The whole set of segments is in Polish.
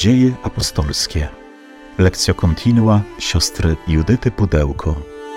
Dzieje apostolskie. Lekcja continua siostry Judyty Pudełko.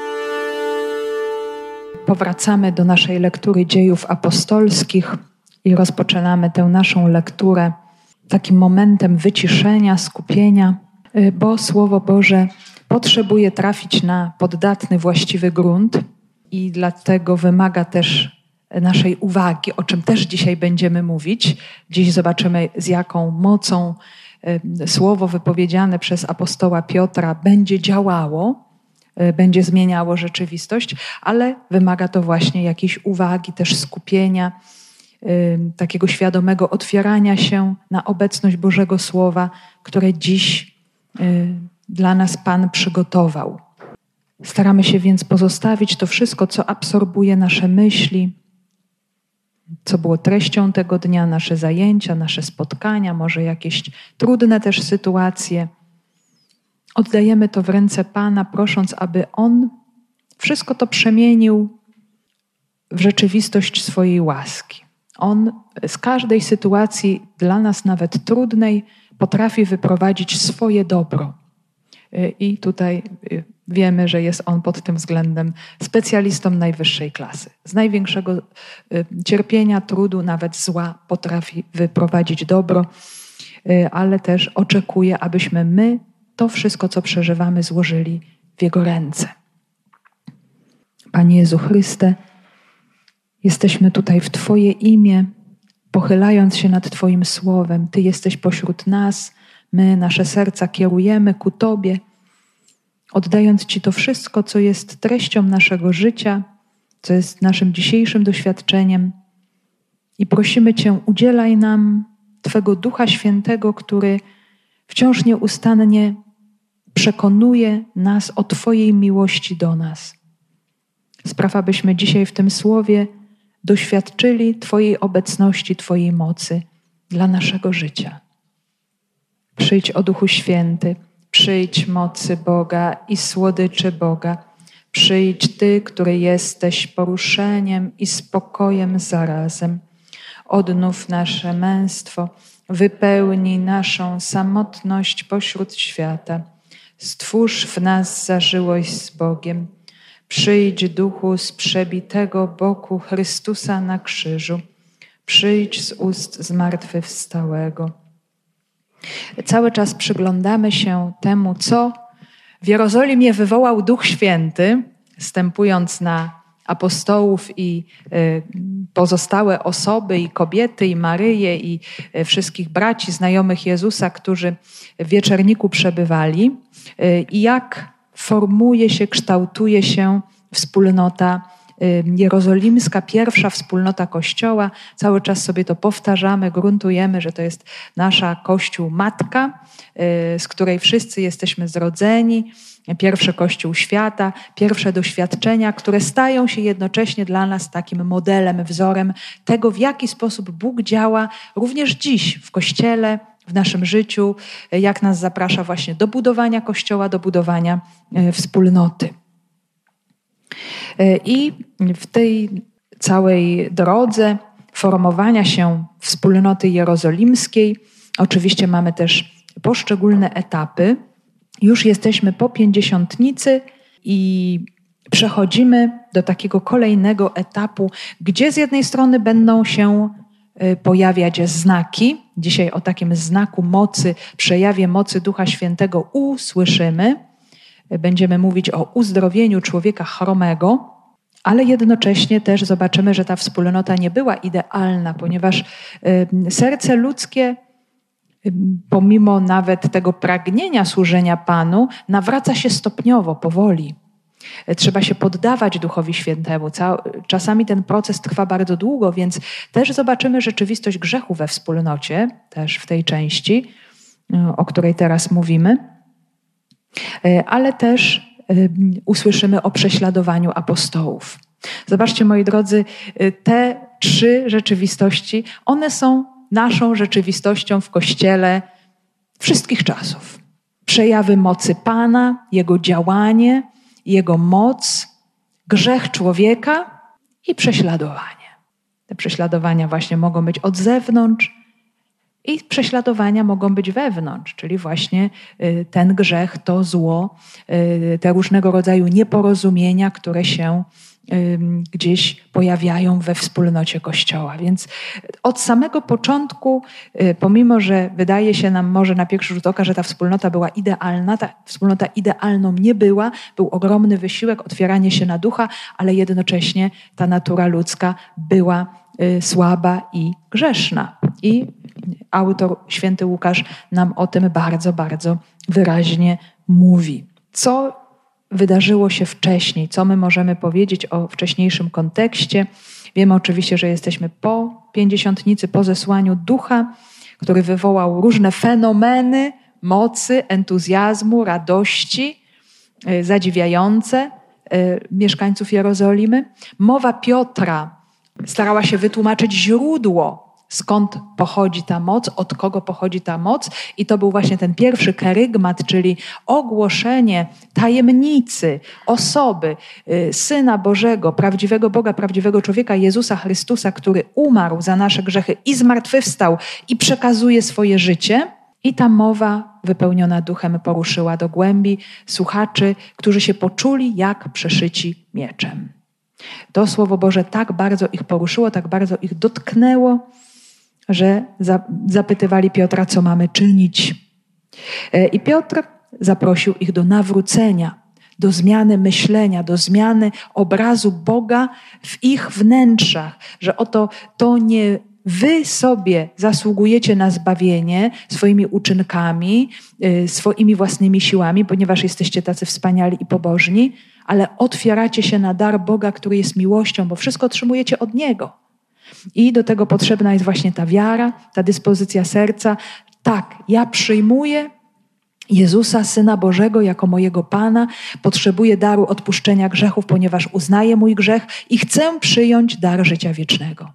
Powracamy do naszej lektury Dziejów Apostolskich i rozpoczynamy tę naszą lekturę takim momentem wyciszenia, skupienia, bo Słowo Boże potrzebuje trafić na poddatny, właściwy grunt i dlatego wymaga też naszej uwagi, o czym też dzisiaj będziemy mówić. Dziś zobaczymy, z jaką mocą słowo wypowiedziane przez apostoła Piotra będzie działało, będzie zmieniało rzeczywistość, ale wymaga to właśnie jakiejś uwagi, też skupienia, takiego świadomego otwierania się na obecność Bożego Słowa, które dziś dla nas Pan przygotował. Staramy się więc pozostawić to wszystko, co absorbuje nasze myśli, co było treścią tego dnia, nasze zajęcia, nasze spotkania, może jakieś trudne też sytuacje. Oddajemy to w ręce Pana, prosząc, aby On wszystko to przemienił w rzeczywistość swojej łaski. On z każdej sytuacji, dla nas nawet trudnej, potrafi wyprowadzić swoje dobro. I tutaj wiemy, że jest On pod tym względem specjalistą najwyższej klasy. Z największego cierpienia, trudu, nawet zła potrafi wyprowadzić dobro, ale też oczekuje, abyśmy my to wszystko, co przeżywamy, złożyli w Jego ręce. Panie Jezu Chryste, jesteśmy tutaj w Twoje imię, pochylając się nad Twoim Słowem. Ty jesteś pośród nas, my nasze serca kierujemy ku Tobie, oddając Ci to wszystko, co jest treścią naszego życia, co jest naszym dzisiejszym doświadczeniem i prosimy Cię, udzielaj nam Twego Ducha Świętego, który wciąż nieustannie przekonuje nas o Twojej miłości do nas. Spraw, abyśmy dzisiaj w tym Słowie doświadczyli Twojej obecności, Twojej mocy dla naszego życia. Przyjdź, o Duchu Święty, przyjdź mocy Boga i słodyczy Boga. Przyjdź Ty, który jesteś poruszeniem i spokojem zarazem. Odnów nasze męstwo, wypełnij naszą samotność pośród świata. Stwórz w nas zażyłość z Bogiem. Przyjdź, Duchu, z przebitego boku Chrystusa na krzyżu. Przyjdź z ust zmartwychwstałego. Cały czas przyglądamy się temu, co w Jerozolimie wywołał Duch Święty, stępując na apostołów i pozostałe osoby, i kobiety, i Maryję, i wszystkich braci, znajomych Jezusa, którzy w wieczerniku przebywali, i jak formuje się, kształtuje się wspólnota jerozolimska, pierwsza wspólnota Kościoła. Cały czas sobie to powtarzamy, gruntujemy, że to jest nasza Kościół Matka, z której wszyscy jesteśmy zrodzeni. Pierwszy Kościół świata, pierwsze doświadczenia, które stają się jednocześnie dla nas takim modelem, wzorem tego, w jaki sposób Bóg działa również dziś w Kościele, w naszym życiu, jak nas zaprasza właśnie do budowania Kościoła, do budowania wspólnoty. I w tej całej drodze formowania się wspólnoty jerozolimskiej oczywiście mamy też poszczególne etapy. Już jesteśmy po Pięćdziesiątnicy i przechodzimy do takiego kolejnego etapu, gdzie z jednej strony będą się pojawiać znaki. Dzisiaj o takim znaku mocy, przejawie mocy Ducha Świętego usłyszymy. Będziemy mówić o uzdrowieniu człowieka chromego, ale jednocześnie też zobaczymy, że ta wspólnota nie była idealna, ponieważ serce ludzkie, pomimo nawet tego pragnienia służenia Panu, nawraca się stopniowo, powoli. Trzeba się poddawać Duchowi Świętemu. Czasami ten proces trwa bardzo długo, więc też zobaczymy rzeczywistość grzechu we wspólnocie, też w tej części, o której teraz mówimy, ale też usłyszymy o prześladowaniu apostołów. Zobaczcie, moi drodzy, te trzy rzeczywistości, one są naszą rzeczywistością w Kościele wszystkich czasów. Przejawy mocy Pana, Jego działanie, Jego moc, grzech człowieka i prześladowanie. Te prześladowania właśnie mogą być od zewnątrz I prześladowania mogą być wewnątrz, czyli właśnie ten grzech, to zło, te różnego rodzaju nieporozumienia, które się gdzieś pojawiają we wspólnocie Kościoła. Więc od samego początku, pomimo że wydaje się nam może na pierwszy rzut oka, że ta wspólnota była idealna, ta wspólnota idealną nie była, był ogromny wysiłek, otwieranie się na ducha, ale jednocześnie ta natura ludzka była słaba i grzeszna. I autor, święty Łukasz, nam o tym bardzo, bardzo wyraźnie mówi. Co wydarzyło się wcześniej? Co my możemy powiedzieć o wcześniejszym kontekście? Wiemy oczywiście, że jesteśmy po Pięćdziesiątnicy, po zesłaniu Ducha, który wywołał różne fenomeny mocy, entuzjazmu, radości, zadziwiające mieszkańców Jerozolimy. Mowa Piotra starała się wytłumaczyć źródło, skąd pochodzi ta moc, od kogo pochodzi ta moc. I to był właśnie ten pierwszy kerygmat, czyli ogłoszenie tajemnicy, osoby, Syna Bożego, prawdziwego Boga, prawdziwego człowieka, Jezusa Chrystusa, który umarł za nasze grzechy i zmartwychwstał i przekazuje swoje życie. I ta mowa wypełniona duchem poruszyła do głębi słuchaczy, którzy się poczuli jak przeszyci mieczem. To Słowo Boże tak bardzo ich poruszyło, tak bardzo ich dotknęło, że zapytywali Piotra, co mamy czynić. I Piotr zaprosił ich do nawrócenia, do zmiany myślenia, do zmiany obrazu Boga w ich wnętrzach, że oto to nie wy sobie zasługujecie na zbawienie swoimi uczynkami, swoimi własnymi siłami, ponieważ jesteście tacy wspaniali i pobożni, ale otwieracie się na dar Boga, który jest miłością, bo wszystko otrzymujecie od Niego. I do tego potrzebna jest właśnie ta wiara, ta dyspozycja serca. Tak, ja przyjmuję Jezusa, Syna Bożego, jako mojego Pana, potrzebuję daru odpuszczenia grzechów, ponieważ uznaję mój grzech i chcę przyjąć dar życia wiecznego.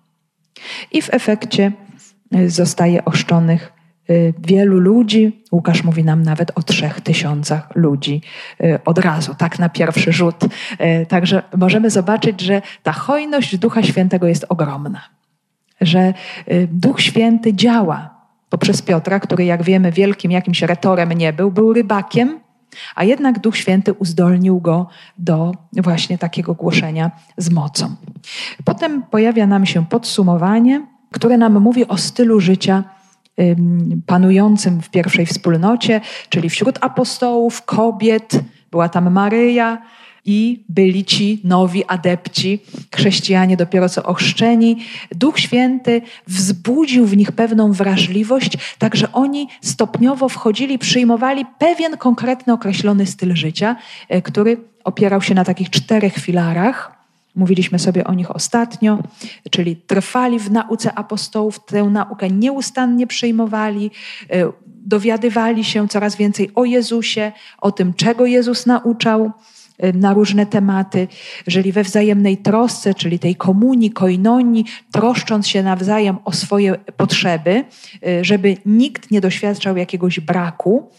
I w efekcie zostaje ochrzczonych wielu ludzi. Łukasz mówi nam nawet o 3000 ludzi od razu, tak na pierwszy rzut. Także możemy zobaczyć, że ta hojność Ducha Świętego jest ogromna. Że Duch Święty działa poprzez Piotra, który, jak wiemy, wielkim jakimś retorem nie był rybakiem, a jednak Duch Święty uzdolnił go do właśnie takiego głoszenia z mocą. Potem pojawia nam się podsumowanie, które nam mówi o stylu życia panującym w pierwszej wspólnocie, czyli wśród apostołów, kobiet, była tam Maryja i byli ci nowi adepci, chrześcijanie dopiero co ochrzczeni. Duch Święty wzbudził w nich pewną wrażliwość, tak że oni stopniowo wchodzili, przyjmowali pewien konkretny, określony styl życia, który opierał się na takich 4 filarach. Mówiliśmy sobie o nich ostatnio, czyli trwali w nauce apostołów, tę naukę nieustannie przyjmowali, dowiadywali się coraz więcej o Jezusie, o tym, czego Jezus nauczał na różne tematy, żyli we wzajemnej trosce, czyli tej komunii, koinonii, troszcząc się nawzajem o swoje potrzeby, żeby nikt nie doświadczał jakiegoś braku.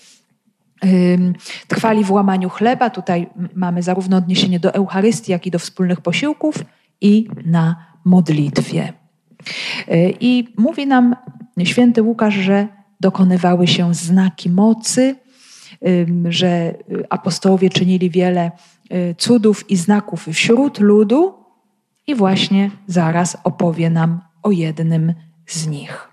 Trwali w łamaniu chleba. Tutaj mamy zarówno odniesienie do Eucharystii, jak i do wspólnych posiłków i na modlitwie. I mówi nam święty Łukasz, że dokonywały się znaki mocy, że apostołowie czynili wiele cudów i znaków wśród ludu i właśnie zaraz opowie nam o jednym z nich.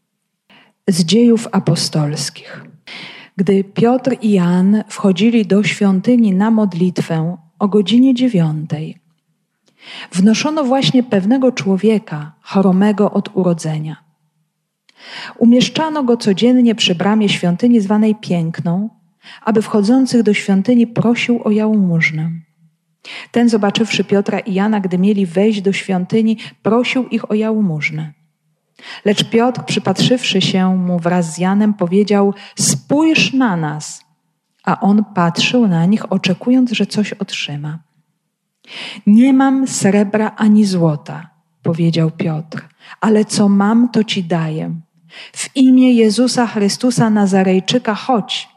Z Dziejów Apostolskich. Gdy Piotr i Jan wchodzili do świątyni na modlitwę o godzinie 9, wnoszono właśnie pewnego człowieka choromego od urodzenia. Umieszczano go codziennie przy bramie świątyni zwanej Piękną, aby wchodzących do świątyni prosił o jałmużnę. Ten, zobaczywszy Piotra i Jana, gdy mieli wejść do świątyni, prosił ich o jałmużnę. Lecz Piotr, przypatrzywszy się mu wraz z Janem, powiedział: spójrz na nas. A on patrzył na nich, oczekując, że coś otrzyma. Nie mam srebra ani złota, powiedział Piotr, ale co mam, to ci daję. W imię Jezusa Chrystusa Nazarejczyka chodź.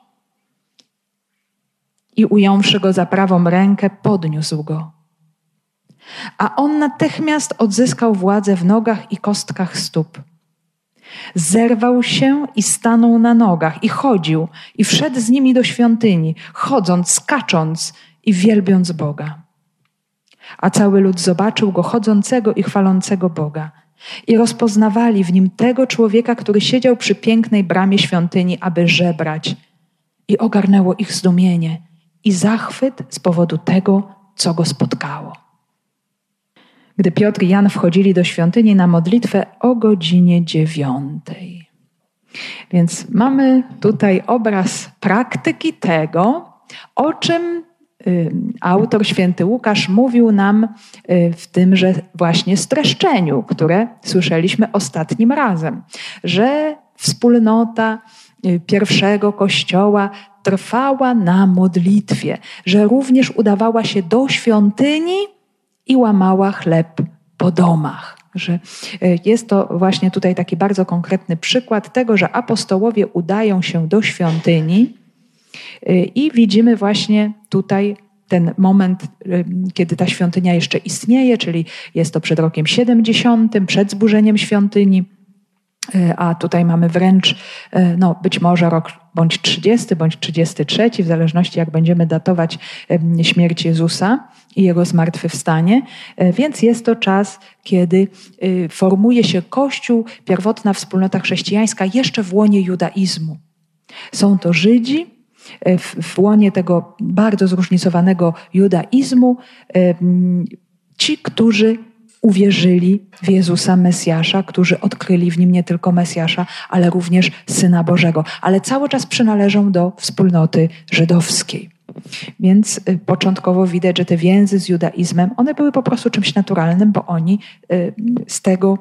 I ująwszy go za prawą rękę, podniósł go. A on natychmiast odzyskał władzę w nogach i kostkach stóp. Zerwał się i stanął na nogach i chodził i wszedł z nimi do świątyni, chodząc, skacząc i wielbiąc Boga. A cały lud zobaczył go chodzącego i chwalącego Boga i rozpoznawali w nim tego człowieka, który siedział przy pięknej bramie świątyni, aby żebrać. I ogarnęło ich zdumienie i zachwyt z powodu tego, co go spotkało. Gdy Piotr i Jan wchodzili do świątyni na modlitwę o godzinie 9. Więc mamy tutaj obraz praktyki tego, o czym autor święty Łukasz mówił nam w tymże właśnie streszczeniu, które słyszeliśmy ostatnim razem, że wspólnota pierwszego Kościoła trwała na modlitwie, że również udawała się do świątyni i łamała chleb po domach. Że jest to właśnie tutaj taki bardzo konkretny przykład tego, że apostołowie udają się do świątyni i widzimy właśnie tutaj ten moment, kiedy ta świątynia jeszcze istnieje, czyli jest to przed rokiem 70, przed zburzeniem świątyni, a tutaj mamy wręcz być może rok bądź 30, bądź 33, w zależności jak będziemy datować śmierć Jezusa i Jego zmartwychwstanie. Więc jest to czas, kiedy formuje się Kościół, pierwotna wspólnota chrześcijańska jeszcze w łonie judaizmu. Są to Żydzi w łonie tego bardzo zróżnicowanego judaizmu, ci, którzy uwierzyli w Jezusa Mesjasza, którzy odkryli w Nim nie tylko Mesjasza, ale również Syna Bożego, ale cały czas przynależą do wspólnoty żydowskiej. Więc początkowo widać, że te więzy z judaizmem, one były po prostu czymś naturalnym, bo oni z tego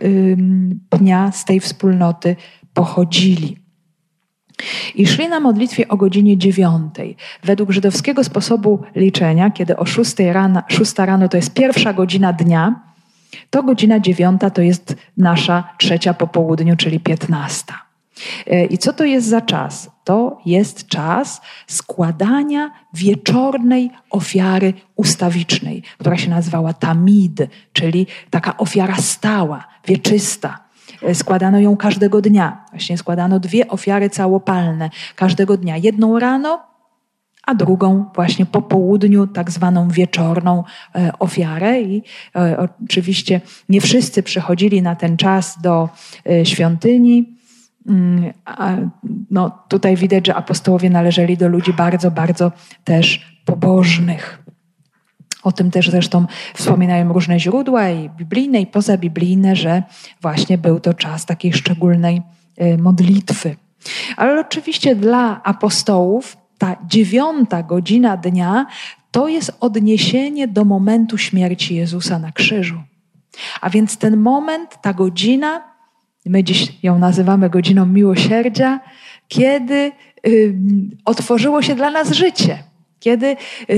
dnia, z tej wspólnoty pochodzili. I szli na modlitwie o godzinie 9. Według żydowskiego sposobu liczenia, kiedy o 6 rano to jest pierwsza godzina dnia, to godzina 9 to jest nasza 3 po południu, czyli 15. I co to jest za czas? To jest czas składania wieczornej ofiary ustawicznej, która się nazywała tamid, czyli taka ofiara stała, wieczysta. Składano ją każdego dnia. Właśnie składano 2 ofiary całopalne każdego dnia. Jedną rano, a drugą właśnie po południu, tak zwaną wieczorną ofiarę. I oczywiście nie wszyscy przychodzili na ten czas do świątyni. Tutaj widać, że apostołowie należeli do ludzi bardzo, bardzo też pobożnych. O tym też zresztą wspominają różne źródła i biblijne, i pozabiblijne, że właśnie był to czas takiej szczególnej modlitwy. Ale oczywiście dla apostołów ta 9 godzina dnia to jest odniesienie do momentu śmierci Jezusa na krzyżu. A więc ten moment, ta godzina, my dziś ją nazywamy godziną miłosierdzia, kiedy otworzyło się dla nas życie, kiedy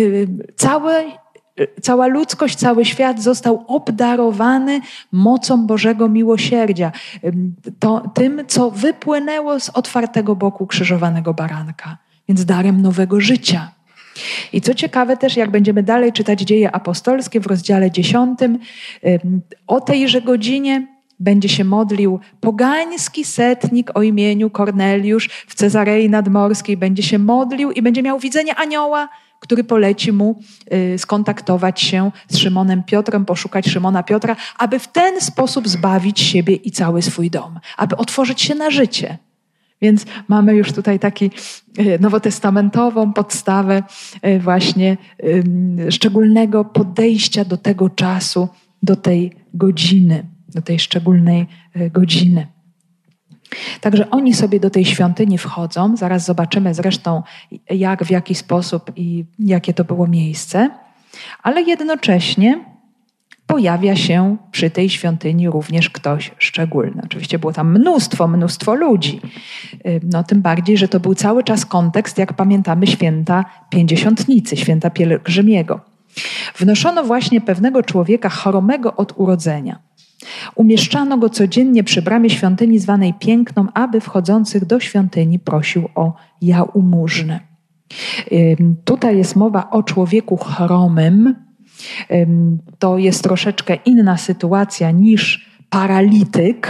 cała ludzkość, cały świat został obdarowany mocą Bożego miłosierdzia. Tym, co wypłynęło z otwartego boku krzyżowanego baranka. Więc darem nowego życia. I co ciekawe też, jak będziemy dalej czytać Dzieje Apostolskie w rozdziale 10, o tejże godzinie będzie się modlił pogański setnik o imieniu Korneliusz w Cezarei Nadmorskiej. Będzie się modlił i będzie miał widzenie anioła, który poleci mu skontaktować się z Szymonem Piotrem, poszukać Szymona Piotra, aby w ten sposób zbawić siebie i cały swój dom, aby otworzyć się na życie. Więc mamy już tutaj taką nowotestamentową podstawę właśnie szczególnego podejścia do tego czasu, do tej godziny, do tej szczególnej godziny. Także oni sobie do tej świątyni wchodzą. Zaraz zobaczymy zresztą jak, w jaki sposób i jakie to było miejsce. Ale jednocześnie pojawia się przy tej świątyni również ktoś szczególny. Oczywiście było tam mnóstwo ludzi. Tym bardziej, że to był cały czas kontekst, jak pamiętamy, święta Pięćdziesiątnicy, święta pielgrzymiego. Wnoszono właśnie pewnego człowieka chromego od urodzenia. Umieszczano go codziennie przy bramie świątyni zwanej Piękną, aby wchodzących do świątyni prosił o jałmużnę. Tutaj jest mowa o człowieku chromym. To jest troszeczkę inna sytuacja niż paralityk,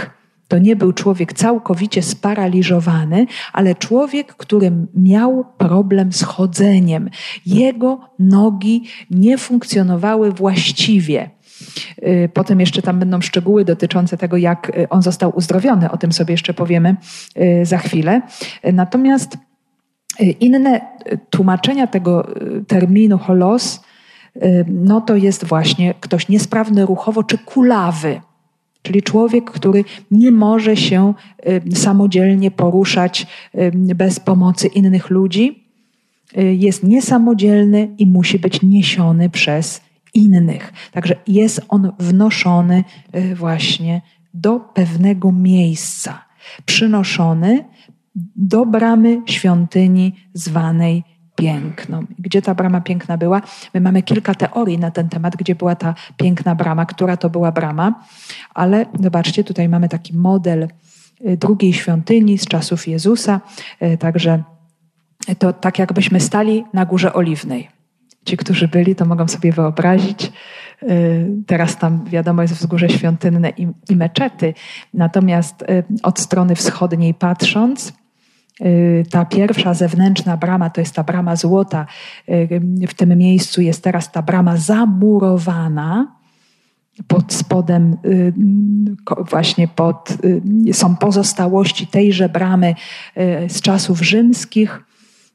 To nie był człowiek całkowicie sparaliżowany, ale człowiek, który miał problem z chodzeniem. Jego nogi nie funkcjonowały właściwie. Potem jeszcze tam będą szczegóły dotyczące tego, jak on został uzdrowiony. O tym sobie jeszcze powiemy za chwilę. Natomiast inne tłumaczenia tego terminu holos, no to jest właśnie ktoś niesprawny ruchowo czy kulawy. Czyli człowiek, który nie może się samodzielnie poruszać bez pomocy innych ludzi, jest niesamodzielny i musi być niesiony przez innych. Także jest on wnoszony właśnie do pewnego miejsca, przynoszony do bramy świątyni zwanej Piękną. Gdzie ta brama piękna była? My mamy kilka teorii na ten temat, gdzie była ta piękna brama, która to była brama, ale zobaczcie, tutaj mamy taki model drugiej świątyni z czasów Jezusa, także to tak jakbyśmy stali na Górze Oliwnej. Ci, którzy byli, to mogą sobie wyobrazić. Teraz tam wiadomo jest wzgórze świątynne i meczety, natomiast od strony wschodniej patrząc, ta pierwsza zewnętrzna brama to jest ta brama złota. W tym miejscu jest teraz ta brama zamurowana. Pod spodem właśnie są pozostałości tejże bramy z czasów rzymskich.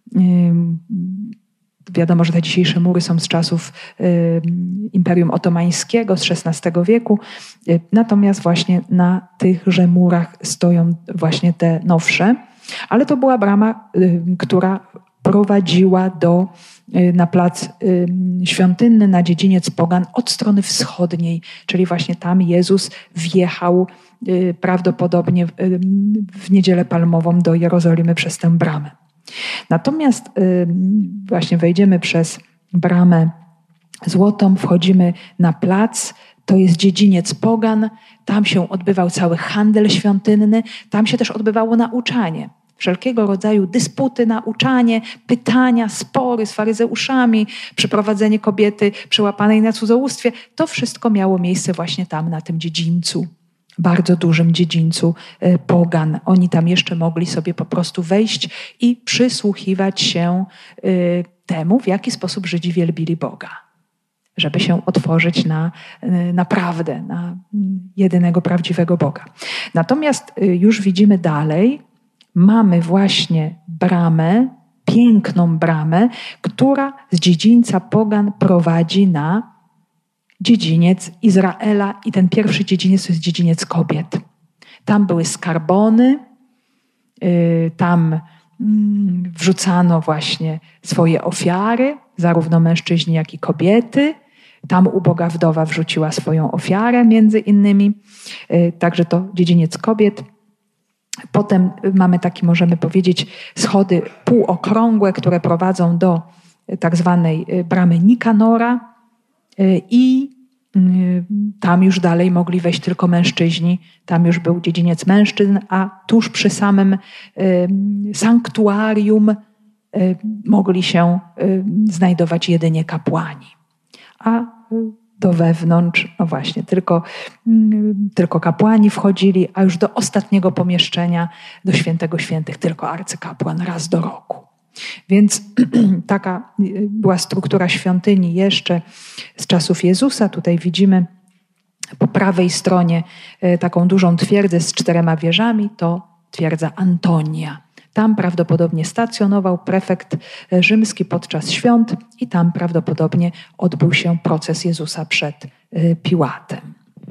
Wiadomo, że te dzisiejsze mury są z czasów Imperium Otomańskiego z XVI wieku. Natomiast właśnie na tychże murach stoją właśnie te nowsze. Ale to była brama, która prowadziła na plac świątynny, na dziedziniec pogan od strony wschodniej, czyli właśnie tam Jezus wjechał prawdopodobnie w Niedzielę Palmową do Jerozolimy przez tę bramę. Natomiast właśnie wejdziemy przez bramę złotą, wchodzimy na plac, to jest dziedziniec pogan, tam się odbywał cały handel świątynny, tam się też odbywało nauczanie. Wszelkiego rodzaju dysputy, nauczanie, pytania, spory z faryzeuszami, przyprowadzenie kobiety przyłapanej na cudzołóstwie. To wszystko miało miejsce właśnie tam, na tym dziedzińcu, bardzo dużym dziedzińcu pogan. Oni tam jeszcze mogli sobie po prostu wejść i przysłuchiwać się temu, w jaki sposób Żydzi wielbili Boga, żeby się otworzyć na prawdę, na jedynego prawdziwego Boga. Natomiast już widzimy dalej, mamy właśnie bramę, piękną bramę, która z dziedzińca pogan prowadzi na dziedziniec Izraela i ten pierwszy dziedziniec to jest dziedziniec kobiet. Tam były skarbony, tam wrzucano właśnie swoje ofiary, zarówno mężczyźni, jak i kobiety. Tam uboga wdowa wrzuciła swoją ofiarę między innymi. Także to dziedziniec kobiet. Potem mamy taki, możemy powiedzieć, schody półokrągłe, które prowadzą do tak zwanej bramy Nikanora i tam już dalej mogli wejść tylko mężczyźni. Tam już był dziedziniec mężczyzn, a tuż przy samym sanktuarium mogli się znajdować jedynie kapłani. A do wewnątrz, no właśnie, tylko kapłani wchodzili, a już do ostatniego pomieszczenia, do Świętego Świętych, tylko arcykapłan raz do roku. Więc taka była struktura świątyni jeszcze z czasów Jezusa. Tutaj widzimy po prawej stronie taką dużą twierdzę z 4 wieżami, to twierdza Antonia. Tam prawdopodobnie stacjonował prefekt rzymski podczas świąt i tam prawdopodobnie odbył się proces Jezusa przed Piłatem.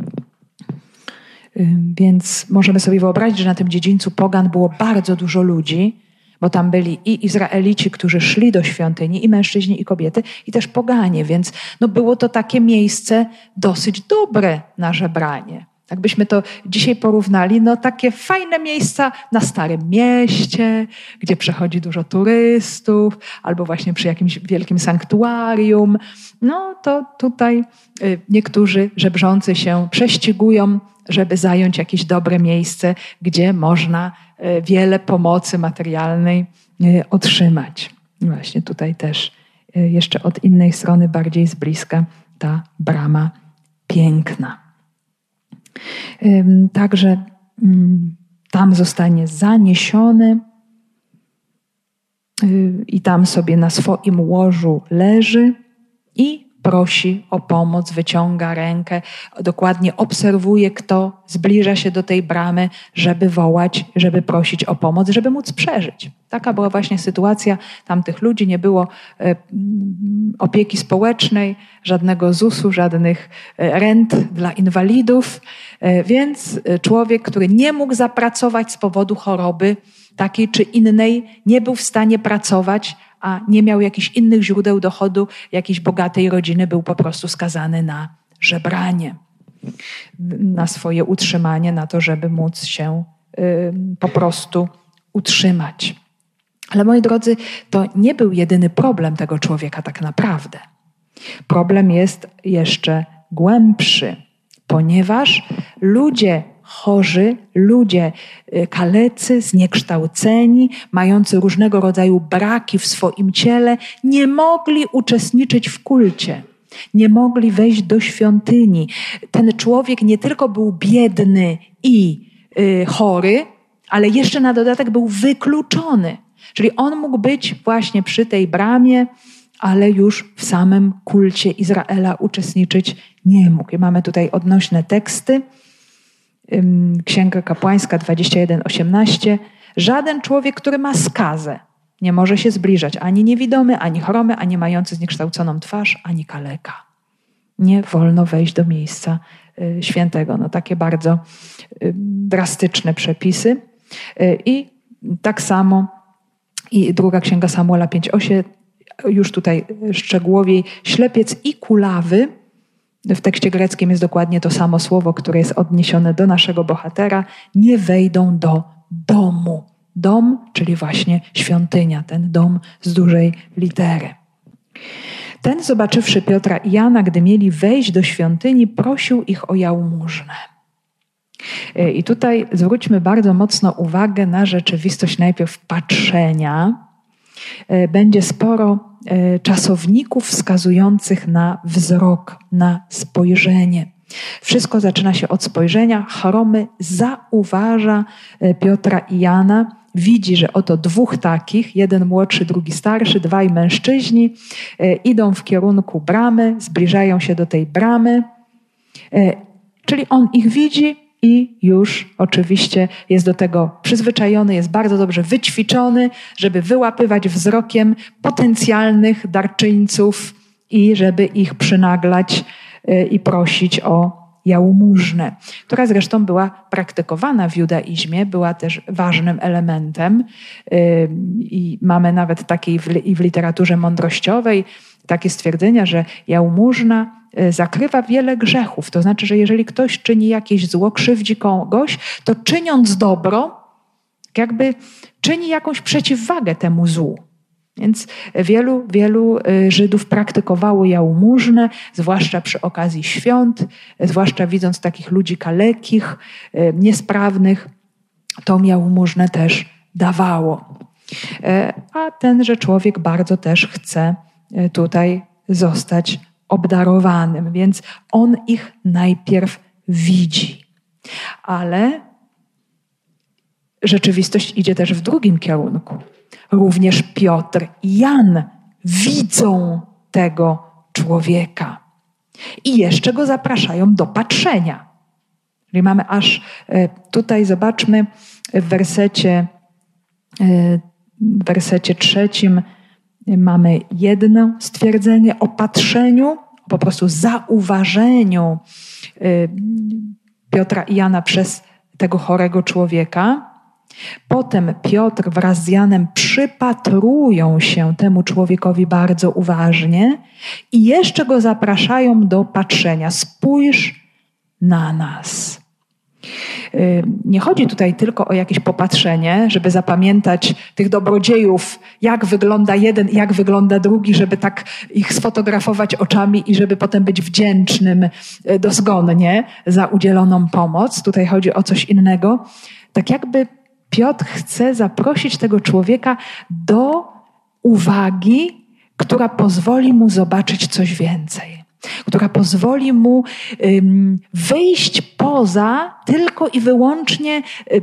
Więc możemy sobie wyobrazić, że na tym dziedzińcu pogan było bardzo dużo ludzi, bo tam byli i Izraelici, którzy szli do świątyni, i mężczyźni, i kobiety, i też poganie, więc było to takie miejsce dosyć dobre na żebranie. Jakbyśmy to dzisiaj porównali, takie fajne miejsca na Starym Mieście, gdzie przechodzi dużo turystów, albo właśnie przy jakimś wielkim sanktuarium. To tutaj niektórzy żebrzący się prześcigują, żeby zająć jakieś dobre miejsce, gdzie można wiele pomocy materialnej otrzymać. Właśnie tutaj też jeszcze od innej strony, bardziej z bliska, ta brama piękna. Także tam zostanie zaniesiony i tam sobie na swoim łożu leży i prosi o pomoc, wyciąga rękę, dokładnie obserwuje, kto zbliża się do tej bramy, żeby wołać, żeby prosić o pomoc, żeby móc przeżyć. Taka była właśnie sytuacja tamtych ludzi. Nie było opieki społecznej, żadnego ZUS-u, żadnych rent dla inwalidów, więc człowiek, który nie mógł zapracować z powodu choroby takiej czy innej, nie był w stanie pracować, a nie miał jakichś innych źródeł dochodu, jakiejś bogatej rodziny, był po prostu skazany na żebranie, na swoje utrzymanie, na to, żeby móc się po prostu utrzymać. Ale moi drodzy, to nie był jedyny problem tego człowieka tak naprawdę. Problem jest jeszcze głębszy, ponieważ ludzie chorzy, ludzie kalecy, zniekształceni, mający różnego rodzaju braki w swoim ciele, nie mogli uczestniczyć w kulcie, nie mogli wejść do świątyni. Ten człowiek nie tylko był biedny i chory, ale jeszcze na dodatek był wykluczony. Czyli on mógł być właśnie przy tej bramie, ale już w samym kulcie Izraela uczestniczyć nie mógł. I mamy tutaj odnośne teksty. Księga Kapłańska 21:18. Żaden człowiek, który ma skazę, nie może się zbliżać ani niewidomy, ani chromy, ani mający zniekształconą twarz, ani kaleka. Nie wolno wejść do miejsca świętego. No, takie bardzo drastyczne przepisy. I tak samo i druga Księga Samuela 5:8, już tutaj szczegółowiej, ślepiec i kulawy. W tekście greckim jest dokładnie to samo słowo, które jest odniesione do naszego bohatera. Nie wejdą do domu. Dom, czyli właśnie świątynia, ten dom z dużej litery. Ten, zobaczywszy Piotra i Jana, gdy mieli wejść do świątyni, prosił ich o jałmużnę. I tutaj zwróćmy bardzo mocno uwagę na rzeczywistość najpierw patrzenia. Będzie sporo czasowników wskazujących na wzrok, na spojrzenie. Wszystko zaczyna się od spojrzenia. Chromy zauważa Piotra i Jana. Widzi, że oto dwóch takich, jeden młodszy, drugi starszy, dwaj mężczyźni idą w kierunku bramy, zbliżają się do tej bramy. Czyli on ich widzi i już oczywiście jest do tego przyzwyczajony, jest bardzo dobrze wyćwiczony, żeby wyłapywać wzrokiem potencjalnych darczyńców i żeby ich przynaglać i prosić o jałmużnę, która zresztą była praktykowana w judaizmie, była też ważnym elementem i mamy nawet takie i w literaturze mądrościowej takie stwierdzenia, że jałmużna zakrywa wiele grzechów. To znaczy, że jeżeli ktoś czyni jakieś zło, krzywdzi kogoś, to czyniąc dobro, jakby czyni jakąś przeciwwagę temu złu. Więc wielu Żydów praktykowało jałmużnę, zwłaszcza przy okazji świąt, zwłaszcza widząc takich ludzi kalekich, niesprawnych, tą jałmużnę też dawało. A tenże człowiek bardzo też chce tutaj zostać obdarowanym, więc on ich najpierw widzi. Ale rzeczywistość idzie też w drugim kierunku. Również Piotr i Jan widzą tego człowieka i jeszcze go zapraszają do patrzenia. Czyli mamy aż tutaj, zobaczmy, w wersecie 3 mamy jedno stwierdzenie o patrzeniu, o po prostu zauważeniu Piotra i Jana przez tego chorego człowieka. Potem Piotr wraz z Janem przypatrują się temu człowiekowi bardzo uważnie i jeszcze go zapraszają do patrzenia. Spójrz na nas. Nie chodzi tutaj tylko o jakieś popatrzenie, żeby zapamiętać tych dobrodziejów, jak wygląda jeden i jak wygląda drugi, żeby tak ich sfotografować oczami i żeby potem być wdzięcznym dozgonnie za udzieloną pomoc. Tutaj chodzi o coś innego. Tak jakby Piotr chce zaprosić tego człowieka do uwagi, która pozwoli mu zobaczyć coś więcej. która pozwoli mu wyjść poza tylko i wyłącznie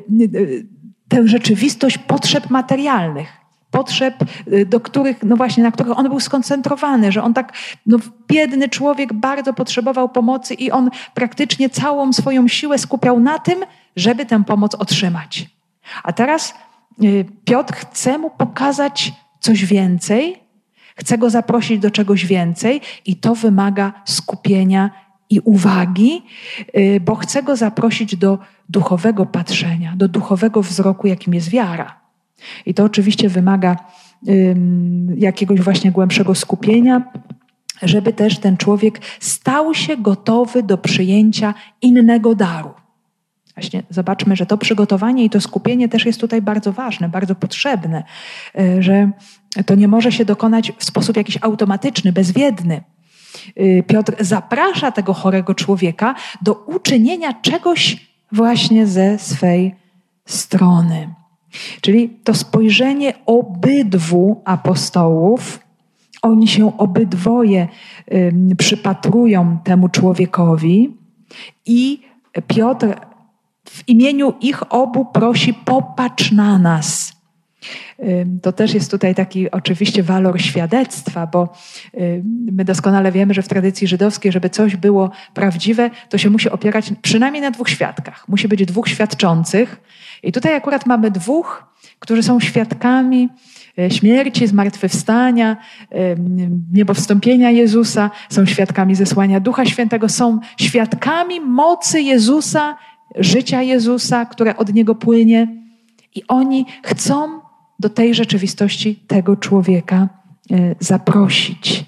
tę rzeczywistość potrzeb materialnych. Potrzeb, do których, no właśnie, na których on był skoncentrowany, że on tak, biedny człowiek bardzo potrzebował pomocy i on praktycznie całą swoją siłę skupiał na tym, żeby tę pomoc otrzymać. A teraz Piotr chce mu pokazać coś więcej, chce go zaprosić do czegoś więcej i to wymaga skupienia i uwagi, bo chce go zaprosić do duchowego patrzenia, do duchowego wzroku, jakim jest wiara. I to oczywiście wymaga jakiegoś właśnie głębszego skupienia, żeby też ten człowiek stał się gotowy do przyjęcia innego daru. Właśnie zobaczmy, że to przygotowanie i to skupienie też jest tutaj bardzo ważne, bardzo potrzebne, że to nie może się dokonać w sposób jakiś automatyczny, bezwiedny. Piotr zaprasza tego chorego człowieka do uczynienia czegoś właśnie ze swej strony. Czyli to spojrzenie obydwu apostołów, oni się obydwoje przypatrują temu człowiekowi i Piotr w imieniu ich obu prosi: popatrz na nas. To też jest tutaj taki oczywiście walor świadectwa, bo my doskonale wiemy, że w tradycji żydowskiej, żeby coś było prawdziwe, to się musi opierać przynajmniej na 2 świadkach. Musi być 2 świadczących. I tutaj akurat mamy 2, którzy są świadkami śmierci, zmartwychwstania, niebowstąpienia Jezusa, są świadkami zesłania Ducha Świętego, są świadkami mocy Jezusa, życia Jezusa, które od Niego płynie. I oni chcą do tej rzeczywistości tego człowieka zaprosić.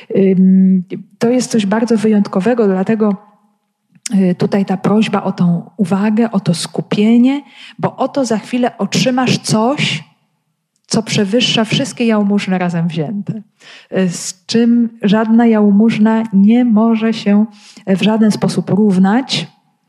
To jest coś bardzo wyjątkowego, dlatego tutaj ta prośba o tą uwagę, o to skupienie, bo oto za chwilę otrzymasz coś, co przewyższa wszystkie jałmużny razem wzięte. Z czym żadna jałmużna nie może się w żaden sposób równać.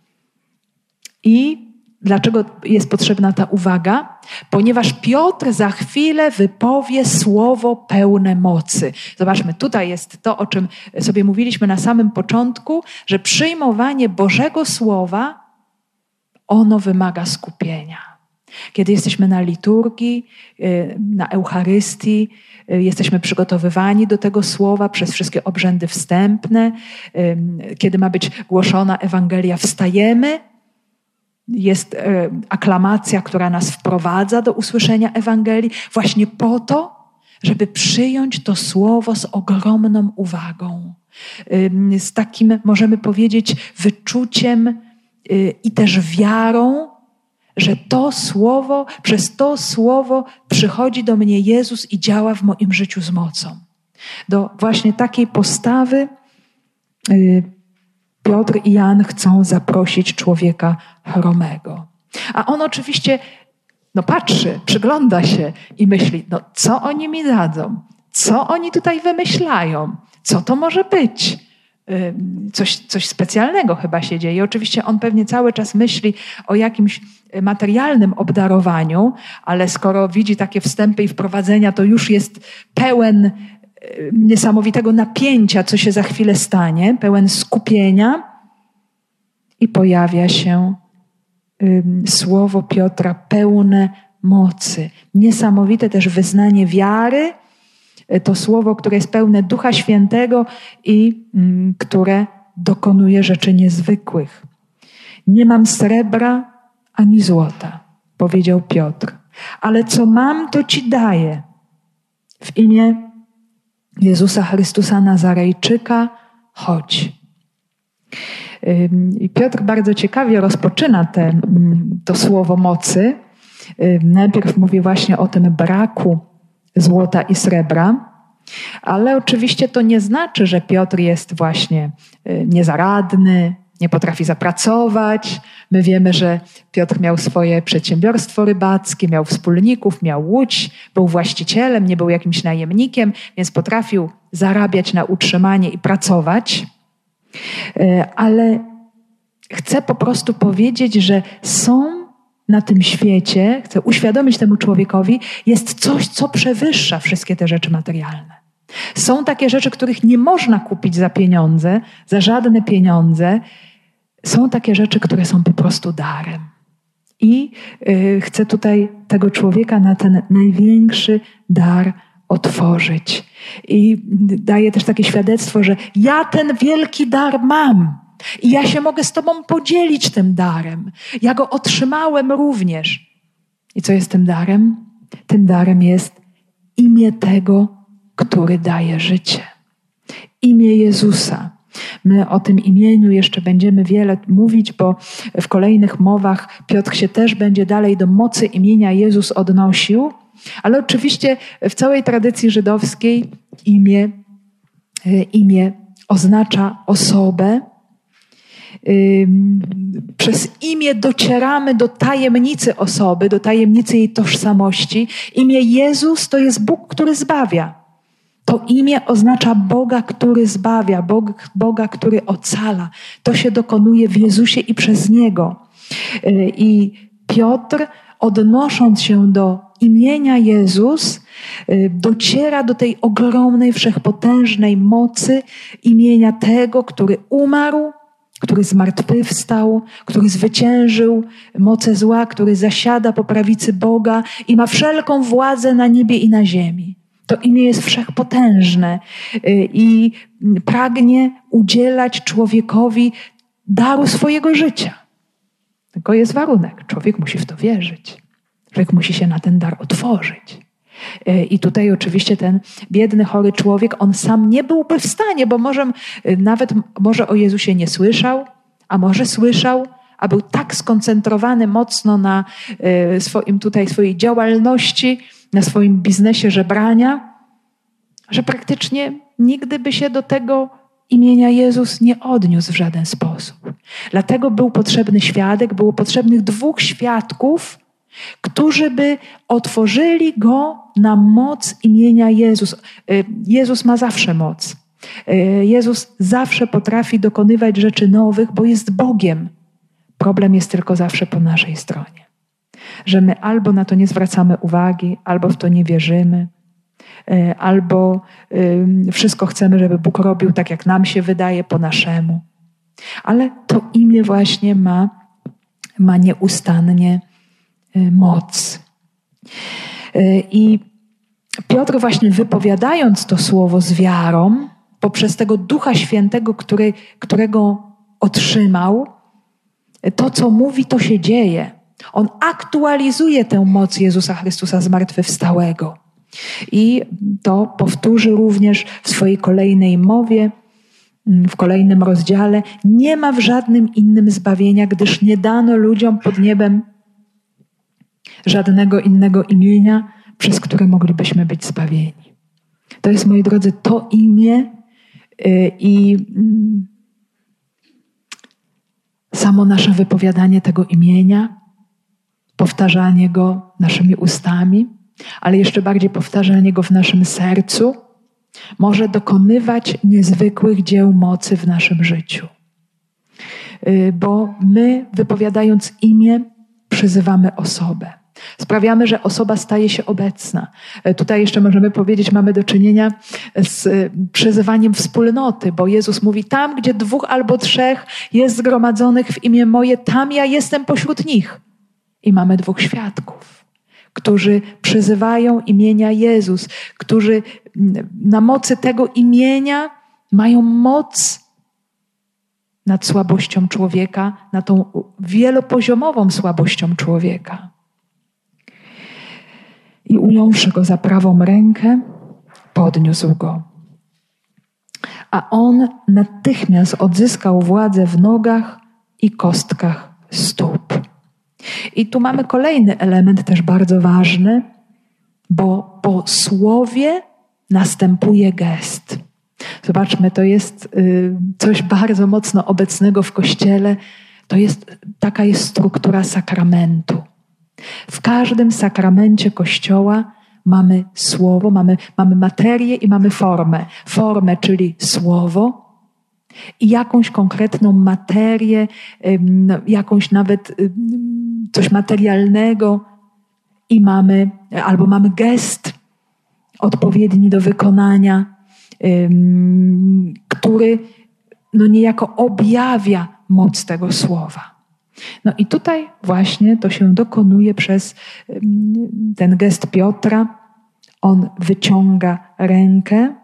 I dlaczego jest potrzebna ta uwaga? Ponieważ Piotr za chwilę wypowie słowo pełne mocy. Zobaczmy, tutaj jest to, o czym sobie mówiliśmy na samym początku, że przyjmowanie Bożego Słowa, ono wymaga skupienia. Kiedy jesteśmy na liturgii, na Eucharystii, jesteśmy przygotowywani do tego słowa przez wszystkie obrzędy wstępne. Kiedy ma być głoszona Ewangelia, wstajemy. Jest aklamacja, która nas wprowadza do usłyszenia Ewangelii właśnie po to, żeby przyjąć to słowo z ogromną uwagą. Z takim, możemy powiedzieć, wyczuciem i też wiarą, że to słowo, przez to słowo przychodzi do mnie Jezus i działa w moim życiu z mocą. Do właśnie takiej postawy Piotr i Jan chcą zaprosić człowieka chromego. A on oczywiście patrzy, przygląda się i myśli, co oni mi dadzą? Co oni tutaj wymyślają? Co to może być? Coś specjalnego chyba się dzieje. Oczywiście on pewnie cały czas myśli o jakimś materialnym obdarowaniu, ale skoro widzi takie wstępy i wprowadzenia, to już jest pełen niesamowitego napięcia, co się za chwilę stanie, pełen skupienia i pojawia się słowo Piotra pełne mocy. Niesamowite też wyznanie wiary, to słowo, które jest pełne Ducha Świętego i które dokonuje rzeczy niezwykłych. Nie mam srebra ani złota, powiedział Piotr, ale co mam, to ci daję. W imię Jezusa Chrystusa Nazarejczyka, chodź. I Piotr bardzo ciekawie rozpoczyna to słowo mocy. Najpierw mówi właśnie o tym braku złota i srebra, ale oczywiście to nie znaczy, że Piotr jest właśnie niezaradny, nie potrafi zapracować. My wiemy, że Piotr miał swoje przedsiębiorstwo rybackie, miał wspólników, miał łódź, był właścicielem, nie był jakimś najemnikiem, więc potrafił zarabiać na utrzymanie i pracować. Ale chcę po prostu powiedzieć, że są na tym świecie, chcę uświadomić temu człowiekowi, jest coś, co przewyższa wszystkie te rzeczy materialne. Są takie rzeczy, których nie można kupić za pieniądze, za żadne pieniądze. Są takie rzeczy, które są po prostu darem. I chcę tutaj tego człowieka na ten największy dar otworzyć. I daję też takie świadectwo, że ja ten wielki dar mam. I ja się mogę z Tobą podzielić tym darem. Ja go otrzymałem również. I co jest tym darem? Tym darem jest imię tego, który daje życie. Imię Jezusa. My o tym imieniu jeszcze będziemy wiele mówić, bo w kolejnych mowach Piotr się też będzie dalej do mocy imienia Jezus odnosił. Ale oczywiście w całej tradycji żydowskiej imię oznacza osobę. Przez imię docieramy do tajemnicy osoby, do tajemnicy jej tożsamości. Imię Jezus to jest Bóg, który zbawia. To imię oznacza Boga, który zbawia, Boga, który ocala. To się dokonuje w Jezusie i przez Niego. I Piotr, odnosząc się do imienia Jezus, dociera do tej ogromnej, wszechpotężnej mocy imienia tego, który umarł, który zmartwychwstał, który zwyciężył moce zła, który zasiada po prawicy Boga i ma wszelką władzę na niebie i na ziemi. To imię jest wszechpotężne i pragnie udzielać człowiekowi daru swojego życia. Tylko jest warunek. Człowiek musi w to wierzyć. Człowiek musi się na ten dar otworzyć. I tutaj oczywiście ten biedny, chory człowiek, on sam nie byłby w stanie, bo może o Jezusie nie słyszał, a może słyszał, a był tak skoncentrowany mocno na swojej działalności, na swoim biznesie żebrania, że praktycznie nigdy by się do tego imienia Jezus nie odniósł w żaden sposób. Dlatego był potrzebny świadek, było potrzebnych 2 świadków, którzy by otworzyli go na moc imienia Jezus. Jezus ma zawsze moc. Jezus zawsze potrafi dokonywać rzeczy nowych, bo jest Bogiem. Problem jest tylko zawsze po naszej stronie. Że my albo na to nie zwracamy uwagi, albo w to nie wierzymy, albo wszystko chcemy, żeby Bóg robił tak, jak nam się wydaje, po naszemu. Ale to imię właśnie ma nieustannie moc. I Piotr właśnie wypowiadając to słowo z wiarą, poprzez tego Ducha Świętego, którego otrzymał, to co mówi, to się dzieje. On aktualizuje tę moc Jezusa Chrystusa zmartwychwstałego. I to powtórzy również w swojej kolejnej mowie, w kolejnym rozdziale. Nie ma w żadnym innym zbawienia, gdyż nie dano ludziom pod niebem żadnego innego imienia, przez które moglibyśmy być zbawieni. To jest, moi drodzy, to imię i samo nasze wypowiadanie tego imienia, powtarzanie go naszymi ustami, ale jeszcze bardziej powtarzanie go w naszym sercu, może dokonywać niezwykłych dzieł mocy w naszym życiu. Bo my, wypowiadając imię, przyzywamy osobę. Sprawiamy, że osoba staje się obecna. Tutaj jeszcze możemy powiedzieć, mamy do czynienia z przyzywaniem wspólnoty, bo Jezus mówi, tam gdzie 2 albo 3 jest zgromadzonych w imię moje, tam ja jestem pośród nich. I mamy 2 świadków, którzy przyzywają imienia Jezus, którzy na mocy tego imienia mają moc nad słabością człowieka, nad tą wielopoziomową słabością człowieka. I ująwszy go za prawą rękę, podniósł go. A on natychmiast odzyskał władzę w nogach i kostkach stóp. I tu mamy kolejny element też bardzo ważny, bo po słowie następuje gest. Zobaczmy, to jest coś bardzo mocno obecnego w Kościele. Taka jest struktura sakramentu. W każdym sakramencie Kościoła mamy słowo, mamy materię i mamy formę. Formę, czyli słowo i jakąś konkretną materię, jakąś nawet coś materialnego i mamy gest odpowiedni do wykonania. który niejako objawia moc tego słowa. I tutaj właśnie to się dokonuje przez ten gest Piotra. On wyciąga rękę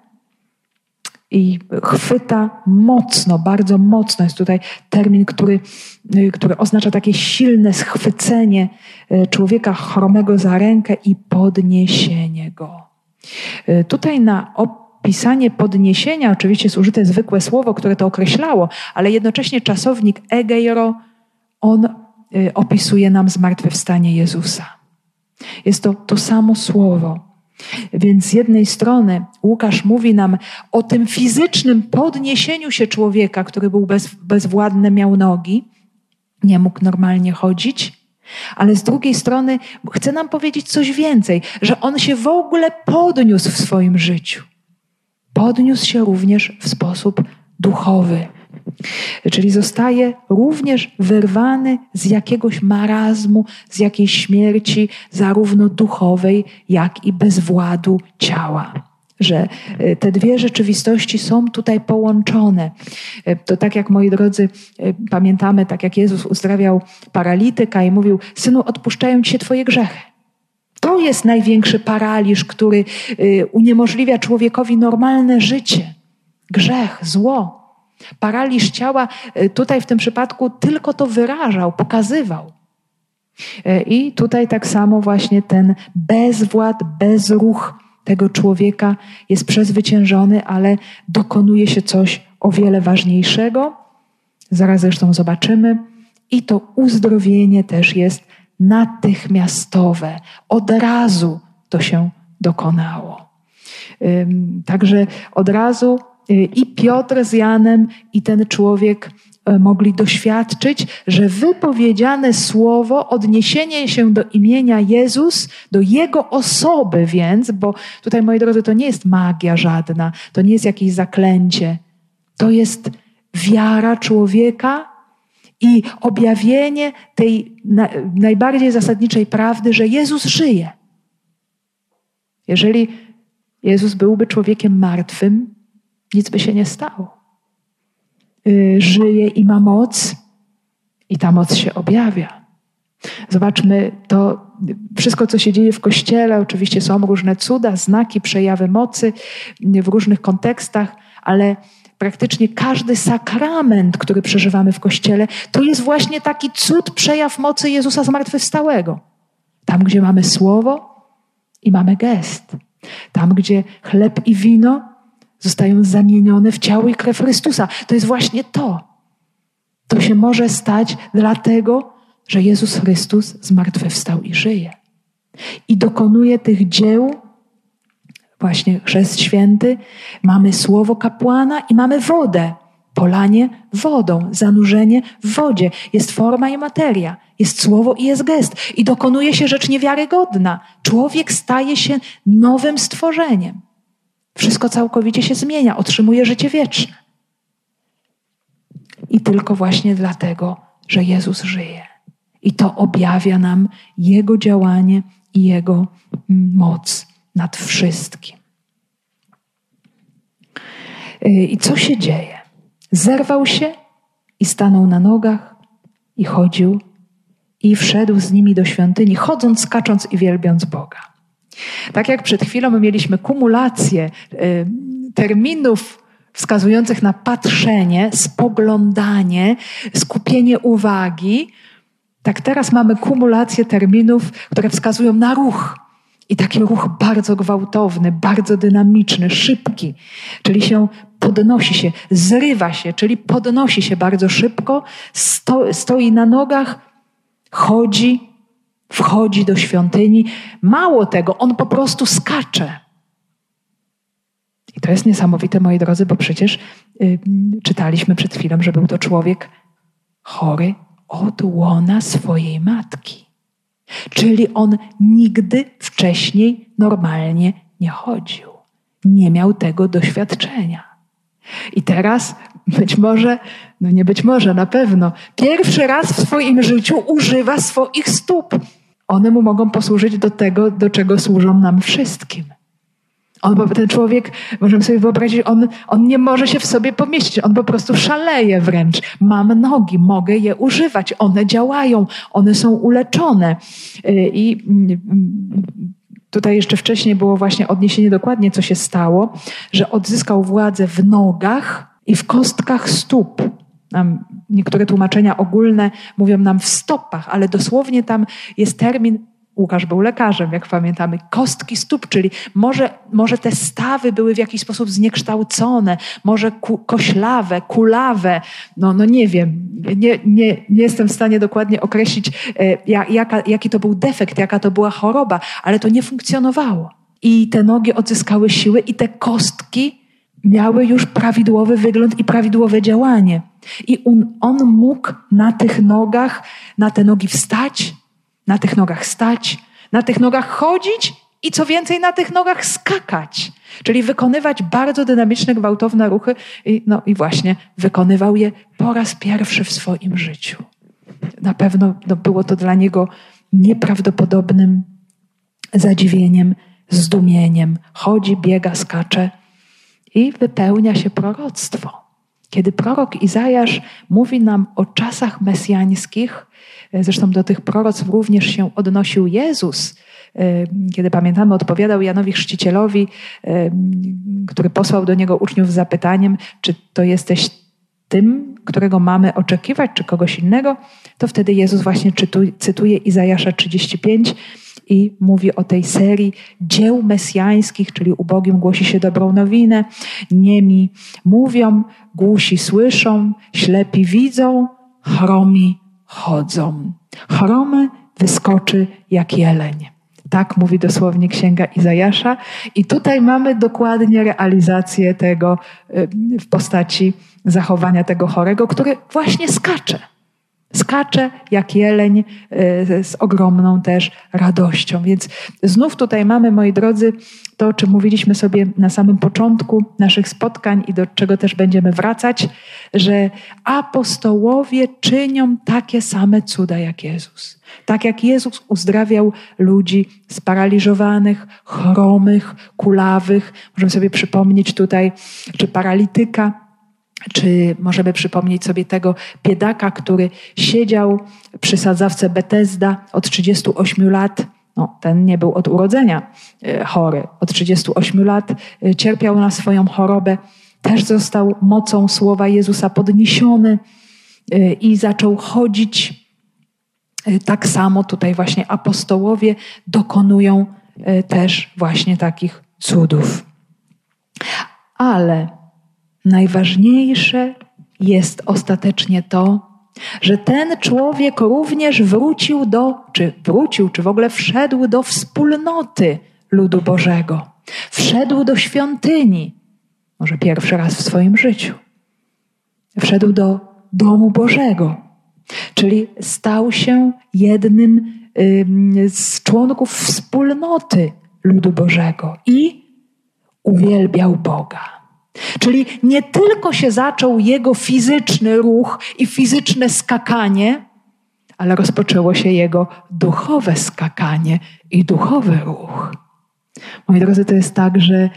i chwyta mocno, bardzo mocno. Jest tutaj termin, który oznacza takie silne schwycenie człowieka chromego za rękę i podniesienie go. Tutaj na opisanie podniesienia oczywiście jest użyte zwykłe słowo, które to określało, ale jednocześnie czasownik egeiro, on opisuje nam zmartwychwstanie Jezusa. Jest to samo słowo. Więc z jednej strony Łukasz mówi nam o tym fizycznym podniesieniu się człowieka, który był bezwładny, miał nogi, nie mógł normalnie chodzić, ale z drugiej strony chce nam powiedzieć coś więcej, że on się w ogóle podniósł w swoim życiu. Podniósł się również w sposób duchowy. Czyli zostaje również wyrwany z jakiegoś marazmu, z jakiejś śmierci, zarówno duchowej, jak i bezwładu ciała. Że te dwie rzeczywistości są tutaj połączone. To tak jak, moi drodzy, pamiętamy, tak jak Jezus uzdrawiał paralityka i mówił: synu, odpuszczają ci się twoje grzechy. To jest największy paraliż, który uniemożliwia człowiekowi normalne życie. Grzech, zło. Paraliż ciała tutaj w tym przypadku tylko to wyrażał, pokazywał. I tutaj tak samo właśnie ten bezwład, bezruch tego człowieka jest przezwyciężony, ale dokonuje się coś o wiele ważniejszego. Zaraz zresztą zobaczymy. I to uzdrowienie też jest natychmiastowe. Od razu to się dokonało. Także od razu i Piotr z Janem, i ten człowiek mogli doświadczyć, że wypowiedziane słowo, odniesienie się do imienia Jezus, do Jego osoby więc, bo tutaj, moi drodzy, to nie jest magia żadna, to nie jest jakieś zaklęcie. To jest wiara człowieka i objawienie tej najbardziej zasadniczej prawdy, że Jezus żyje. Jeżeli Jezus byłby człowiekiem martwym, nic by się nie stało. Żyje i ma moc i ta moc się objawia. Zobaczmy to wszystko, co się dzieje w Kościele. Oczywiście są różne cuda, znaki, przejawy mocy w różnych kontekstach, ale praktycznie każdy sakrament, który przeżywamy w Kościele, to jest właśnie taki cud, przejaw mocy Jezusa zmartwychwstałego. Tam, gdzie mamy słowo i mamy gest. Tam, gdzie chleb i wino zostają zamienione w ciało i krew Chrystusa. To jest właśnie to. To się może stać dlatego, że Jezus Chrystus zmartwychwstał i żyje. I dokonuje tych dzieł, właśnie chrzest święty, mamy słowo kapłana i mamy wodę. Polanie wodą, zanurzenie w wodzie. Jest forma i materia. Jest słowo i jest gest. I dokonuje się rzecz niewiarygodna. Człowiek staje się nowym stworzeniem. Wszystko całkowicie się zmienia, otrzymuje życie wieczne. I tylko właśnie dlatego, że Jezus żyje. I to objawia nam Jego działanie i Jego moc nad wszystkim. I co się dzieje? Zerwał się i stanął na nogach i chodził i wszedł z nimi do świątyni, chodząc, skacząc i wielbiąc Boga. Tak jak przed chwilą mieliśmy kumulację terminów wskazujących na patrzenie, spoglądanie, skupienie uwagi, tak teraz mamy kumulację terminów, które wskazują na ruch. I taki ruch bardzo gwałtowny, bardzo dynamiczny, szybki, czyli się podnosi się, zrywa się, czyli podnosi się bardzo szybko, stoi na nogach, chodzi, wchodzi do świątyni. Mało tego, on po prostu skacze. I to jest niesamowite, moi drodzy, bo przecież czytaliśmy przed chwilą, że był to człowiek chory od łona swojej matki. Czyli on nigdy wcześniej normalnie nie chodził. Nie miał tego doświadczenia. I teraz być może, nie być może, na pewno, pierwszy raz w swoim życiu używa swoich stóp. One mu mogą posłużyć do tego, do czego służą nam wszystkim. Ten człowiek, możemy sobie wyobrazić, on nie może się w sobie pomieścić. On po prostu szaleje wręcz. Mam nogi, mogę je używać. One działają, one są uleczone. I tutaj jeszcze wcześniej było właśnie odniesienie dokładnie, co się stało, że odzyskał władzę w nogach i w kostkach stóp. Niektóre tłumaczenia ogólne mówią nam w stopach, ale dosłownie tam jest termin, Łukasz był lekarzem, jak pamiętamy, kostki stóp, czyli może te stawy były w jakiś sposób zniekształcone, może koślawe, kulawe, no nie wiem, nie jestem w stanie dokładnie określić, jaki to był defekt, jaka to była choroba, ale to nie funkcjonowało. I te nogi odzyskały siły i te kostki miały już prawidłowy wygląd i prawidłowe działanie. I on mógł na tych nogach, na te nogi wstać, na tych nogach stać, na tych nogach chodzić i co więcej na tych nogach skakać. Czyli wykonywać bardzo dynamiczne, gwałtowne ruchy i właśnie wykonywał je po raz pierwszy w swoim życiu. Na pewno było to dla niego nieprawdopodobnym zadziwieniem, zdumieniem. Chodzi, biega, skacze i wypełnia się proroctwo. Kiedy prorok Izajasz mówi nam o czasach mesjańskich, zresztą do tych proroctw również się odnosił Jezus, kiedy pamiętamy, odpowiadał Janowi Chrzcicielowi, który posłał do niego uczniów z zapytaniem, czy to jesteś tym, którego mamy oczekiwać, czy kogoś innego, to wtedy Jezus właśnie cytuje Izajasza 35 i mówi o tej serii dzieł mesjańskich, czyli ubogim głosi się dobrą nowinę, niemi mówią, głusi słyszą, ślepi widzą, chromi chodzą. Chromy wyskoczy jak jeleń. Tak mówi dosłownie Księga Izajasza. I tutaj mamy dokładnie realizację tego w postaci zachowania tego chorego, który właśnie skacze. Skacze jak jeleń z ogromną też radością. Więc znów tutaj mamy, moi drodzy, to, o czym mówiliśmy sobie na samym początku naszych spotkań i do czego też będziemy wracać, że apostołowie czynią takie same cuda jak Jezus. Tak jak Jezus uzdrawiał ludzi sparaliżowanych, chromych, kulawych. Możemy sobie przypomnieć tutaj, czy paralityka, czy możemy przypomnieć sobie tego biedaka, który siedział przy sadzawce Betesda od 38 lat. No, ten nie był od urodzenia chory. Od 38 lat cierpiał na swoją chorobę. Też został mocą słowa Jezusa podniesiony i zaczął chodzić. Tak samo tutaj właśnie apostołowie dokonują też właśnie takich cudów. Ale najważniejsze jest ostatecznie to, że ten człowiek również czy w ogóle wszedł do wspólnoty ludu Bożego. Wszedł do świątyni, może pierwszy raz w swoim życiu. Wszedł do domu Bożego, czyli stał się jednym z członków wspólnoty ludu Bożego i uwielbiał Boga. Czyli nie tylko się zaczął jego fizyczny ruch i fizyczne skakanie, ale rozpoczęło się jego duchowe skakanie i duchowy ruch. Moi drodzy, to jest tak, że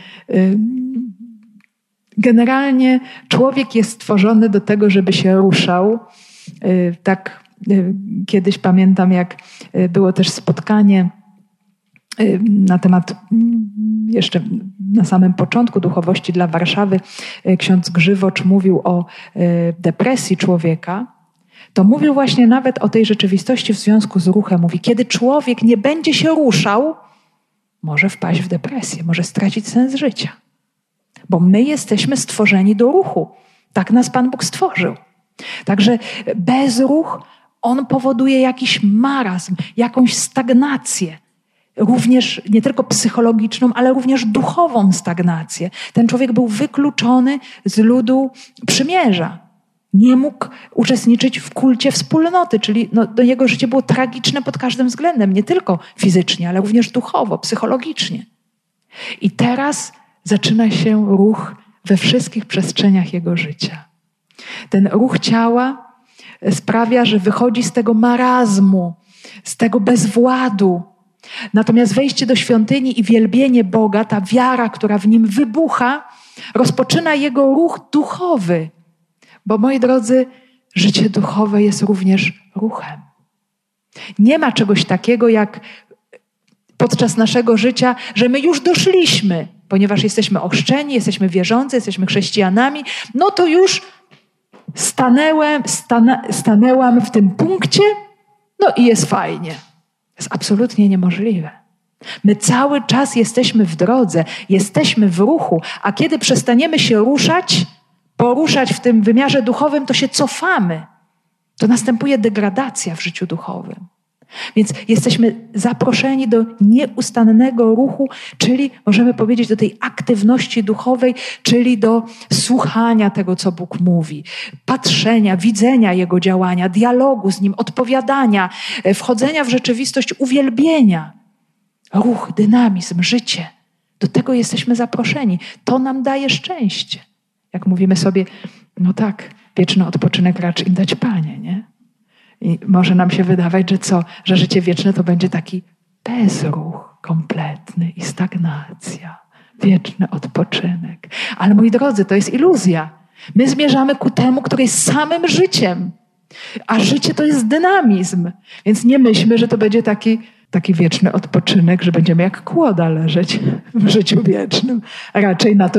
generalnie człowiek jest stworzony do tego, żeby się ruszał. Tak kiedyś pamiętam, jak było też spotkanie na temat jeszcze na samym początku duchowości dla Warszawy. Ksiądz Grzywocz mówił o depresji człowieka. To mówił właśnie nawet o tej rzeczywistości w związku z ruchem. Mówi, kiedy człowiek nie będzie się ruszał, może wpaść w depresję, może stracić sens życia. Bo my jesteśmy stworzeni do ruchu. Tak nas Pan Bóg stworzył. Także bezruch, on powoduje jakiś marazm, jakąś stagnację. Również nie tylko psychologiczną, ale również duchową stagnację. Ten człowiek był wykluczony z ludu przymierza. Nie mógł uczestniczyć w kulcie wspólnoty, czyli jego życie było tragiczne pod każdym względem, nie tylko fizycznie, ale również duchowo, psychologicznie. I teraz zaczyna się ruch we wszystkich przestrzeniach jego życia. Ten ruch ciała sprawia, że wychodzi z tego marazmu, z tego bezwładu, Natomiast wejście do świątyni i wielbienie Boga, ta wiara, która w nim wybucha, rozpoczyna jego ruch duchowy. Bo moi drodzy, życie duchowe jest również ruchem. Nie ma czegoś takiego jak podczas naszego życia, że my już doszliśmy, ponieważ jesteśmy ochrzczeni, jesteśmy wierzący, jesteśmy chrześcijanami, no to już stanęłam w tym punkcie, no i jest fajnie. To jest absolutnie niemożliwe. My cały czas jesteśmy w drodze, jesteśmy w ruchu, a kiedy przestaniemy się poruszać w tym wymiarze duchowym, to się cofamy. To następuje degradacja w życiu duchowym. Więc jesteśmy zaproszeni do nieustannego ruchu, czyli możemy powiedzieć do tej aktywności duchowej, czyli do słuchania tego, co Bóg mówi, patrzenia, widzenia Jego działania, dialogu z Nim, odpowiadania, wchodzenia w rzeczywistość, uwielbienia. Ruch, dynamizm, życie. Do tego jesteśmy zaproszeni. To nam daje szczęście. Jak mówimy sobie, no tak, wieczny odpoczynek racz im dać Panie, nie? I może nam się wydawać, że życie wieczne to będzie taki bezruch kompletny i stagnacja, wieczny odpoczynek. Ale moi drodzy, to jest iluzja. My zmierzamy ku temu, który jest samym życiem, a życie to jest dynamizm. Więc nie myślmy, że to będzie taki wieczny odpoczynek, że będziemy jak kłoda leżeć w życiu wiecznym. Raczej na to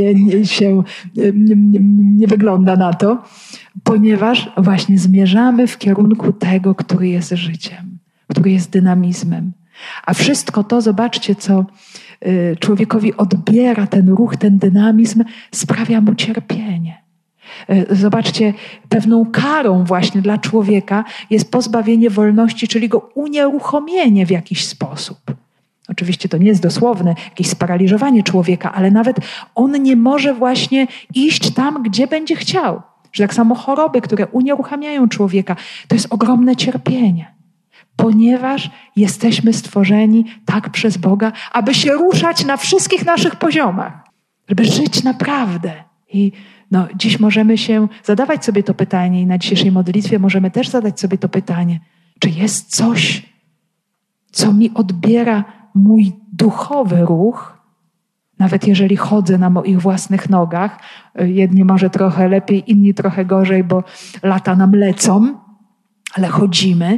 nie wygląda na to, ponieważ właśnie zmierzamy w kierunku tego, który jest życiem, który jest dynamizmem. A wszystko to, zobaczcie, co człowiekowi odbiera ten ruch, ten dynamizm, sprawia mu cierpienie. Zobaczcie, pewną karą właśnie dla człowieka jest pozbawienie wolności, czyli go unieruchomienie w jakiś sposób. Oczywiście to nie jest dosłowne jakieś sparaliżowanie człowieka, ale nawet on nie może właśnie iść tam, gdzie będzie chciał. Że tak samo choroby, które unieruchamiają człowieka, to jest ogromne cierpienie. Ponieważ jesteśmy stworzeni tak przez Boga, aby się ruszać na wszystkich naszych poziomach. Żeby żyć naprawdę. I dziś możemy się zadawać sobie to pytanie i na dzisiejszej modlitwie możemy też zadać sobie to pytanie. Czy jest coś, co mi odbiera mój duchowy ruch, nawet jeżeli chodzę na moich własnych nogach, jedni może trochę lepiej, inni trochę gorzej, bo lata nam lecą, ale chodzimy,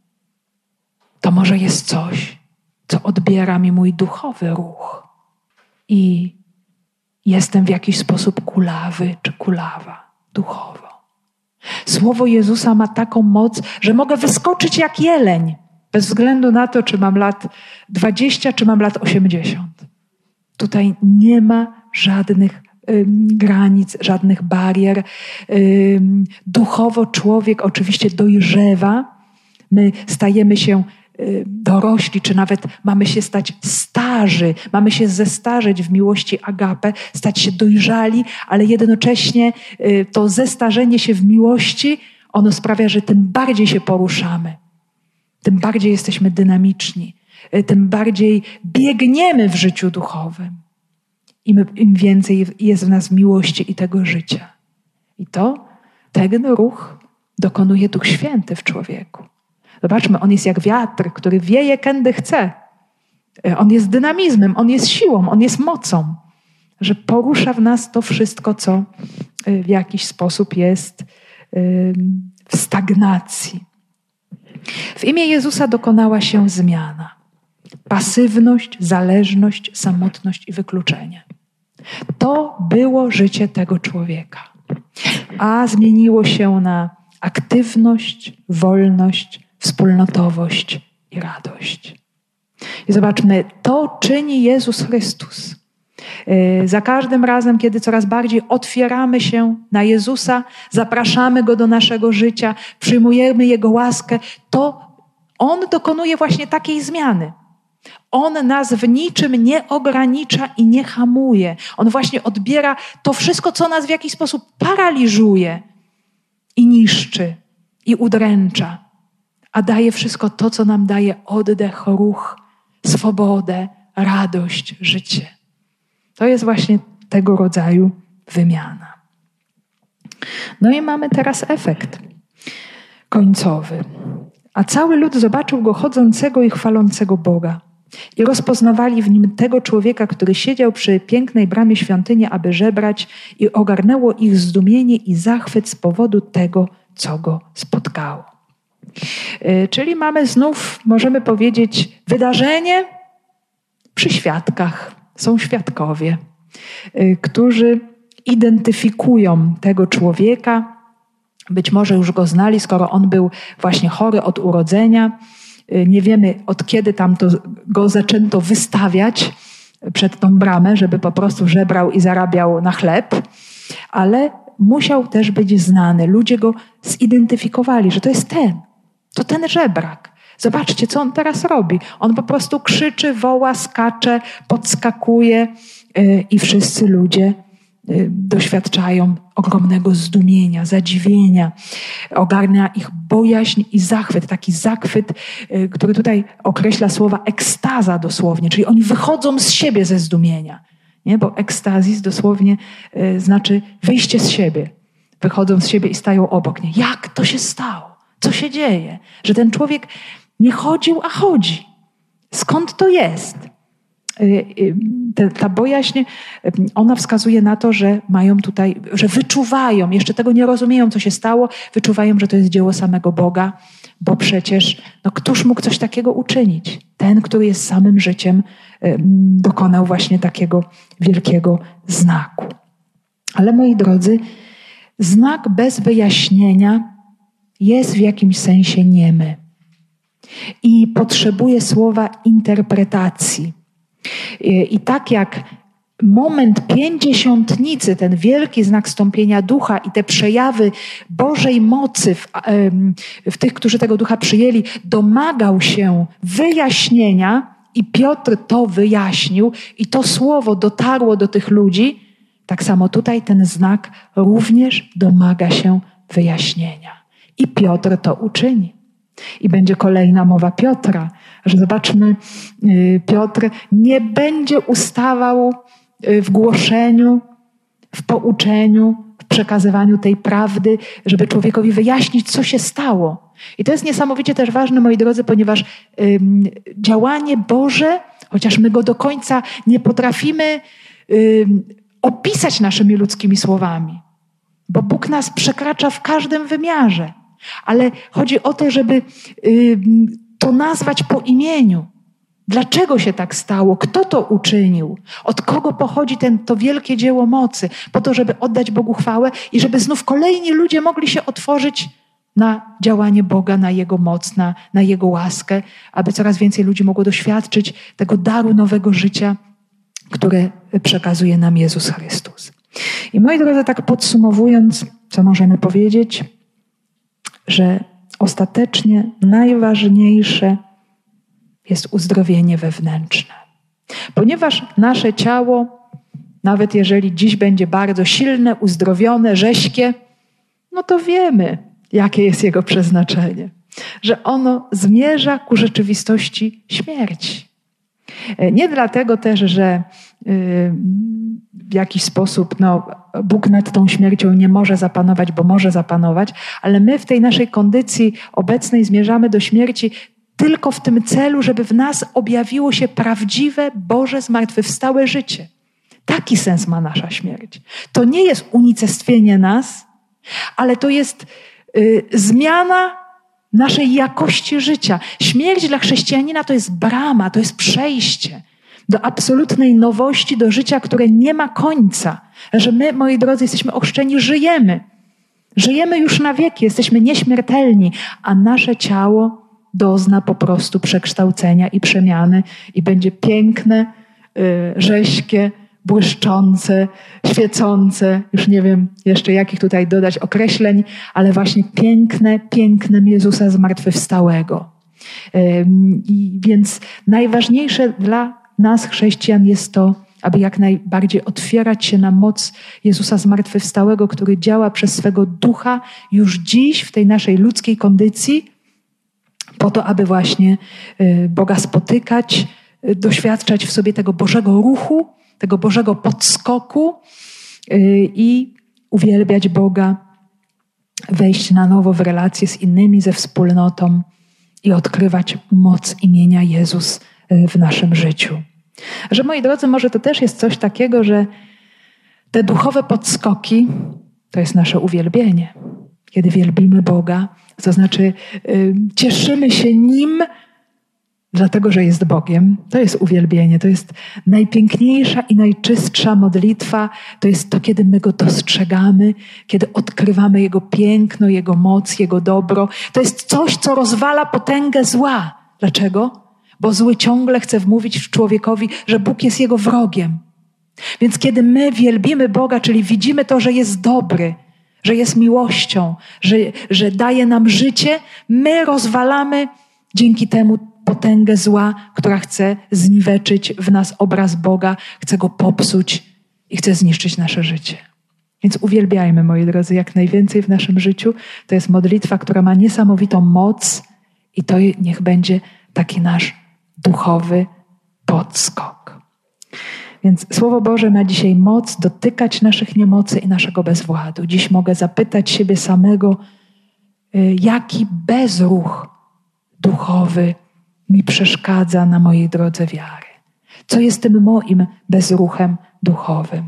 to może jest coś, co odbiera mi mój duchowy ruch. I jestem w jakiś sposób kulawy czy kulawa duchowo. Słowo Jezusa ma taką moc, że mogę wyskoczyć jak jeleń, bez względu na to, czy mam lat 20, czy mam lat 80. Tutaj nie ma żadnych granic, żadnych barier. Duchowo człowiek oczywiście dojrzewa. My stajemy się dorośli, czy nawet mamy się stać starzy, mamy się zestarzeć w miłości agape, stać się dojrzali, ale jednocześnie to zestarzenie się w miłości, ono sprawia, że tym bardziej się poruszamy, tym bardziej jesteśmy dynamiczni, tym bardziej biegniemy w życiu duchowym. Im więcej jest w nas miłości i tego życia. I ten ruch dokonuje Duch Święty w człowieku. Zobaczmy, on jest jak wiatr, który wieje kędy chce. On jest dynamizmem, on jest siłą, on jest mocą. Że porusza w nas to wszystko, co w jakiś sposób jest w stagnacji. W imię Jezusa dokonała się zmiana. Pasywność, zależność, samotność i wykluczenie. To było życie tego człowieka. A zmieniło się na aktywność, wolność, wspólnotowość i radość. I zobaczmy, to czyni Jezus Chrystus. Za każdym razem, kiedy coraz bardziej otwieramy się na Jezusa, zapraszamy Go do naszego życia, przyjmujemy Jego łaskę, to On dokonuje właśnie takiej zmiany. On nas w niczym nie ogranicza i nie hamuje. On właśnie odbiera to wszystko, co nas w jakiś sposób paraliżuje i niszczy i udręcza, a daje wszystko to, co nam daje oddech, ruch, swobodę, radość, życie. To jest właśnie tego rodzaju wymiana. No i mamy teraz efekt końcowy. A cały lud zobaczył go chodzącego i chwalącego Boga. I rozpoznawali w nim tego człowieka, który siedział przy pięknej bramie świątyni, aby żebrać, i ogarnęło ich zdumienie i zachwyt z powodu tego, co go spotkało. Czyli mamy znów, możemy powiedzieć, wydarzenie przy świadkach. Są świadkowie, którzy identyfikują tego człowieka. Być może już go znali, skoro on był właśnie chory od urodzenia. Nie wiemy, od kiedy tam go zaczęto wystawiać przed tą bramę, żeby po prostu żebrał i zarabiał na chleb, ale musiał też być znany. Ludzie go zidentyfikowali, że to jest ten żebrak. Zobaczcie, co on teraz robi. On po prostu krzyczy, woła, skacze, podskakuje i wszyscy ludzie doświadczają ogromnego zdumienia, zadziwienia. Ogarnia ich bojaźń i zachwyt. Taki zachwyt, który tutaj określa słowa ekstaza dosłownie, czyli oni wychodzą z siebie ze zdumienia. Nie? Bo ekstazis dosłownie znaczy wyjście z siebie. Wychodzą z siebie i stają obok. Nie? Jak to się stało? Co się dzieje? Że ten człowiek nie chodził, a chodzi. Skąd to jest? Ta bojaźń, ona wskazuje na to, że mają tutaj, że wyczuwają, jeszcze tego nie rozumieją, co się stało, wyczuwają, że to jest dzieło samego Boga, bo przecież, któż mógł coś takiego uczynić? Ten, który jest samym życiem, dokonał właśnie takiego wielkiego znaku. Ale moi drodzy, znak bez wyjaśnienia jest w jakimś sensie niemy i potrzebuje słowa interpretacji. I tak jak moment pięćdziesiątnicy, ten wielki znak zstąpienia ducha i te przejawy Bożej mocy w tych, którzy tego ducha przyjęli, domagał się wyjaśnienia i Piotr to wyjaśnił i to słowo dotarło do tych ludzi, tak samo tutaj ten znak również domaga się wyjaśnienia. I Piotr to uczyni. I będzie kolejna mowa Piotra, że zobaczmy, Piotr nie będzie ustawał w głoszeniu, w pouczeniu, w przekazywaniu tej prawdy, żeby człowiekowi wyjaśnić, co się stało. I to jest niesamowicie też ważne, moi drodzy, ponieważ działanie Boże, chociaż my go do końca nie potrafimy opisać naszymi ludzkimi słowami, bo Bóg nas przekracza w każdym wymiarze. Ale chodzi o to, żeby to nazwać po imieniu. Dlaczego się tak stało? Kto to uczynił? Od kogo pochodzi to wielkie dzieło mocy? Po to, żeby oddać Bogu chwałę i żeby znów kolejni ludzie mogli się otworzyć na działanie Boga, na Jego moc, na Jego łaskę, aby coraz więcej ludzi mogło doświadczyć tego daru nowego życia, które przekazuje nam Jezus Chrystus. I moi drodzy, tak podsumowując, co możemy powiedzieć? Że ostatecznie najważniejsze jest uzdrowienie wewnętrzne. Ponieważ nasze ciało, nawet jeżeli dziś będzie bardzo silne, uzdrowione, rześkie, to wiemy, jakie jest jego przeznaczenie. Że ono zmierza ku rzeczywistości śmierci. Nie dlatego też, że w jakiś sposób Bóg nad tą śmiercią nie może zapanować, bo może zapanować, ale my w tej naszej kondycji obecnej zmierzamy do śmierci tylko w tym celu, żeby w nas objawiło się prawdziwe, Boże, zmartwychwstałe życie. Taki sens ma nasza śmierć. To nie jest unicestwienie nas, ale to jest zmiana naszej jakości życia. Śmierć dla chrześcijanina to jest brama, to jest przejście do absolutnej nowości, do życia, które nie ma końca. Że my, moi drodzy, jesteśmy ochrzczeni, żyjemy. Żyjemy już na wieki, jesteśmy nieśmiertelni, a nasze ciało dozna po prostu przekształcenia i przemiany i będzie piękne, rześkie, błyszczące, świecące, już nie wiem jeszcze jakich tutaj dodać określeń, ale właśnie pięknem Jezusa zmartwychwstałego. I więc najważniejsze dla nas, chrześcijan, jest to, aby jak najbardziej otwierać się na moc Jezusa zmartwychwstałego, który działa przez swego ducha już dziś w tej naszej ludzkiej kondycji, po to, aby właśnie Boga spotykać, doświadczać w sobie tego Bożego ruchu, tego Bożego podskoku i uwielbiać Boga, wejść na nowo w relacje z innymi, ze wspólnotą i odkrywać moc imienia Jezus w naszym życiu. Że, moi drodzy, może to też jest coś takiego, że te duchowe podskoki to jest nasze uwielbienie. Kiedy wielbimy Boga, to znaczy cieszymy się Nim, dlatego że jest Bogiem. To jest uwielbienie. To jest najpiękniejsza i najczystsza modlitwa. To jest to, kiedy my Go dostrzegamy, kiedy odkrywamy Jego piękno, Jego moc, Jego dobro. To jest coś, co rozwala potęgę zła. Dlaczego? Bo zły ciągle chce wmówić człowiekowi, że Bóg jest jego wrogiem. Więc kiedy my wielbimy Boga, czyli widzimy to, że jest dobry, że jest miłością, że daje nam życie, my rozwalamy dzięki temu potęgę zła, która chce zniweczyć w nas obraz Boga, chce go popsuć i chce zniszczyć nasze życie. Więc uwielbiajmy, moi drodzy, jak najwięcej w naszym życiu. To jest modlitwa, która ma niesamowitą moc i to niech będzie taki nasz duchowy podskok. Więc Słowo Boże ma dzisiaj moc dotykać naszych niemocy i naszego bezwładu. Dziś mogę zapytać siebie samego, jaki bezruch duchowy mi przeszkadza na mojej drodze wiary. Co jest tym moim bezruchem duchowym?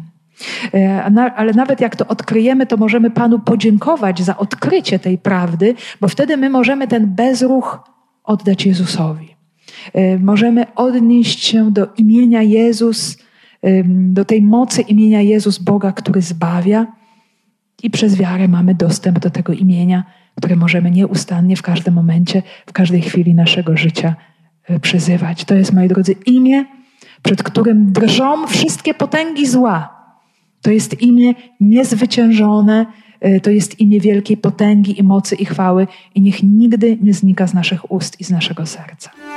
Ale nawet jak to odkryjemy, to możemy Panu podziękować za odkrycie tej prawdy, bo wtedy my możemy ten bezruch oddać Jezusowi. Możemy odnieść się do imienia Jezus, do tej mocy imienia Jezus, Boga, który zbawia, i przez wiarę mamy dostęp do tego imienia, które możemy nieustannie w każdym momencie, w każdej chwili naszego życia przyzywać. To jest, moi drodzy, imię, przed którym drżą wszystkie potęgi zła. To jest imię niezwyciężone, to jest imię wielkiej potęgi i mocy i chwały i niech nigdy nie znika z naszych ust i z naszego serca.